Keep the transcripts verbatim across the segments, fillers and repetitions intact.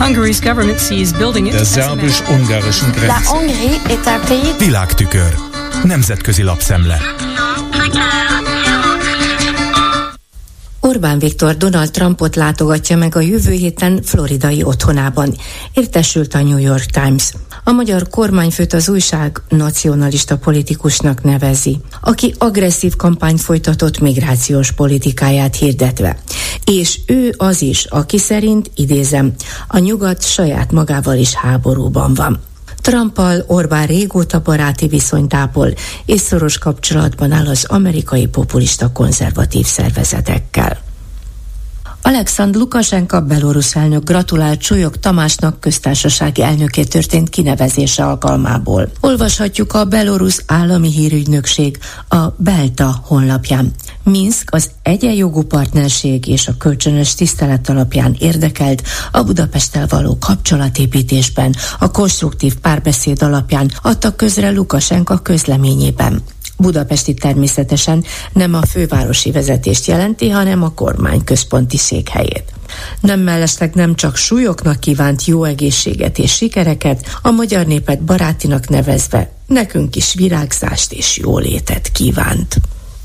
Hungary's government sees building it der szerbus-ungarischen La Grenze. Hongrie est un pays. Világtükör. Nemzetközi lapszemle. Orbán Viktor Donald Trumpot látogatja meg a jövő héten floridai otthonában, értesült a New York Times. A magyar kormányfőt az újság nacionalista politikusnak nevezi, aki agresszív kampányt folytatott migrációs politikáját hirdetve. És ő az is, aki szerint, idézem, a nyugat saját magával is háborúban van. Trumpal Orbán régóta baráti viszonyt ápol, és szoros kapcsolatban áll az amerikai populista konzervatív szervezetekkel. Alexandr Lukasenka belorusz elnök gratulált Csulyog Tamásnak köztársasági elnöké történt kinevezése alkalmából. Olvashatjuk a belorusz állami hírügynökség a Belta honlapján. Minszk az egyenjogú partnerség és a kölcsönös tisztelet alapján érdekelt a Budapesttel való kapcsolatépítésben, a konstruktív párbeszéd alapján adta közre Lukasenka közleményében. Budapesti természetesen nem a fővárosi vezetést jelenti, hanem a kormány központi székhelyét. Nem mellesleg nem csak súlyoknak kívánt jó egészséget és sikereket, a magyar népet barátinak nevezve nekünk is virágzást és jólétet kívánt.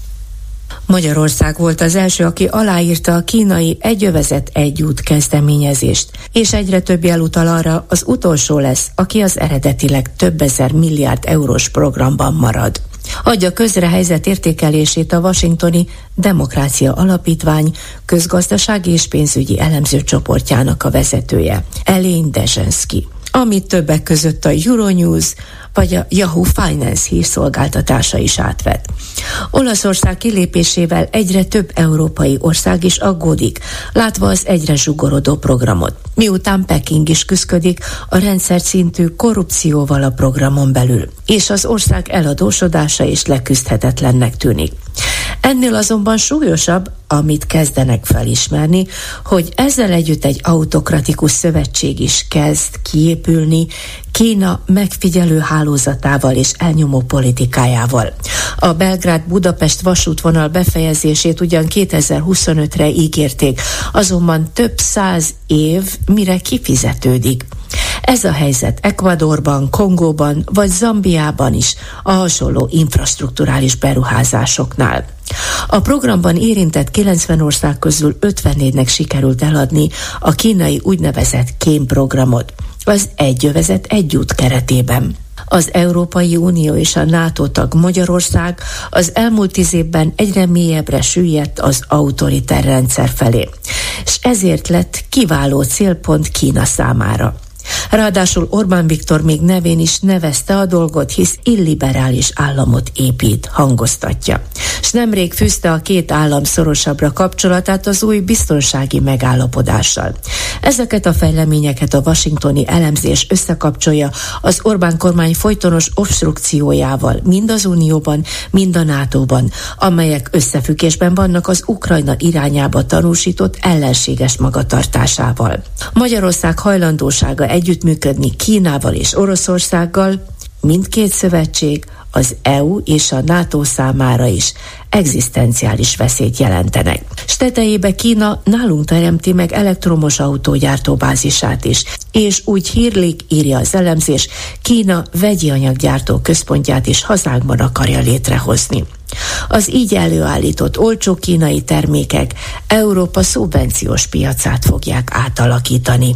Magyarország volt az első, aki aláírta a kínai egy övezet egy út kezdeményezést, és egyre több jel utal arra, az utolsó lesz, aki az eredetileg több ezer milliárd eurós programban marad. Adja közre helyzet értékelését a washingtoni Demokrácia Alapítvány közgazdasági és pénzügyi elemző csoportjának a vezetője, Elaine Dezhensky, amit többek között a Euronews vagy a Yahoo Finance hírszolgáltatása is átvett. Olaszország kilépésével egyre több európai ország is aggódik, látva az egyre zsugorodó programot, miután Peking is küszködik a rendszer szintű korrupcióval a programon belül, és az ország eladósodása is leküzdhetetlennek tűnik. Ennél azonban súlyosabb, amit kezdenek felismerni, hogy ezzel együtt egy autokratikus szövetség is kezd kiépülni Kína megfigyelő hálózatával és elnyomó politikájával. A Belgrád-Budapest vasútvonal befejezését ugyan kétezer-huszonötre ígérték, azonban több száz év mire kifizetődik. Ez a helyzet Ecuadorban, Kongóban vagy Zambiában is a hasonló infrastrukturális beruházásoknál. A programban érintett kilencven ország közül ötvennégynek sikerült eladni a kínai úgynevezett kémprogramot, az egy övezet egy út keretében. Az Európai Unió és a NATO tag Magyarország az elmúlt tíz évben egyre mélyebbre süllyedt az autoriter rendszer felé, és ezért lett kiváló célpont Kína számára. Ráadásul Orbán Viktor még nevén is nevezte a dolgot, hisz illiberális államot épít, hangoztatja. S nemrég fűzte a két állam szorosabbra kapcsolatát az új biztonsági megállapodással. Ezeket a fejleményeket a washingtoni elemzés összekapcsolja az Orbán kormány folytonos obstrukciójával, mind az Unióban, mind a nátóban, amelyek összefüggésben vannak az Ukrajna irányába tanúsított ellenséges magatartásával. Magyarország hajlandósága együttműködni Kínával és Oroszországgal, mindkét szövetség, az é u és a NATO számára is egzisztenciális veszélyt jelentenek. S tetejébe Kína nálunk teremti meg elektromos autógyártó bázisát is, és úgy hírlik, írja az elemzés, Kína vegyi anyaggyártó központját is hazánkban akarja létrehozni. Az így előállított olcsó kínai termékek Európa szubvenciós piacát fogják átalakítani.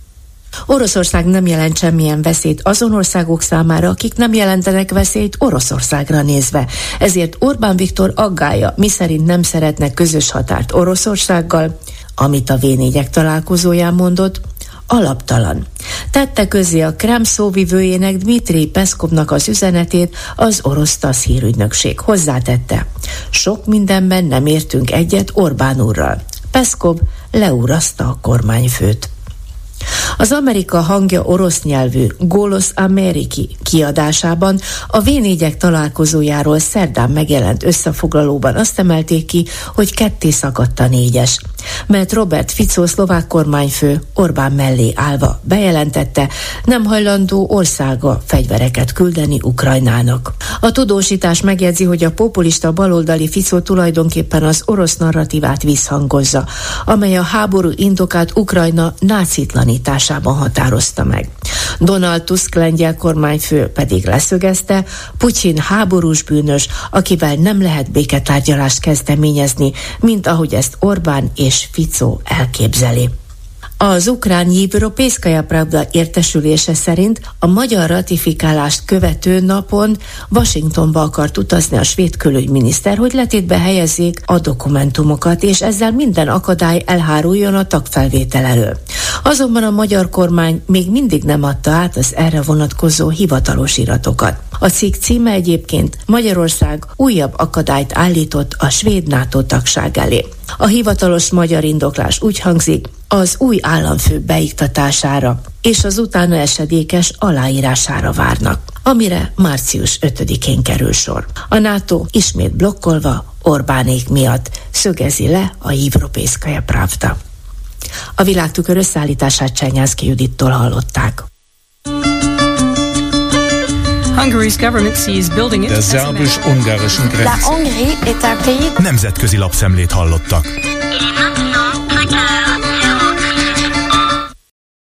Oroszország nem jelent semmilyen veszélyt azon országok számára, akik nem jelentenek veszélyt Oroszországra nézve. Ezért Orbán Viktor aggálya, miszerint nem szeretne közös határt Oroszországgal, amit a vé négyek találkozóján mondott, alaptalan. Tette közzé a Kreml szóvivőjének, Dmitrij Peszkovnak az üzenetét az orosz TASZ hírügynökség. Hozzátette: sok mindenben nem értünk egyet Orbán úrral. Peszkov leuraszta a kormányfőt. Az Amerika hangja orosz nyelvű Golos Ameriki kiadásában a vé négyek találkozójáról szerdán megjelent összefoglalóban azt emelték ki, hogy ketté szakadt a négyes. mert Robert Fico szlovák kormányfő Orbán mellé állva bejelentette, nem hajlandó országa fegyvereket küldeni Ukrajnának. A tudósítás megjegyzi, hogy a populista baloldali Fico tulajdonképpen az orosz narratívát visszhangozza, amely a háború indokát Ukrajna nácitlanításában határozta meg. Donald Tusk lengyel kormányfő pedig leszögezte, Putyin háborús bűnös, akivel nem lehet béketárgyalást kezdeményezni, mint ahogy ezt Orbán és Fico elképzeli. Az ukrán Европейская Pravda értesülése szerint a magyar ratifikálást követő napon Washingtonba akart utazni a svéd külügyminiszter, hogy letétbe helyezzék a dokumentumokat, és ezzel minden akadály elháruljon a tagfelvétel elől. Azonban a magyar kormány még mindig nem adta át az erre vonatkozó hivatalos iratokat. A cikk címe egyébként Magyarország újabb akadályt állított a svéd NATO tagság elé. A hivatalos magyar indoklás úgy hangzik, az új államfő beiktatására és az utána esedékes aláírására várnak, amire március ötödikén kerül sor. A NATO ismét blokkolva Orbánék miatt, szögezi le a Европейская Pravda. A világtükör összeállítását Csernyánszky Judittól hallották. Hungary's government sees building it. Der szerbus-ungarischen Grenze. Nemzetközi lapszemlét hallottak.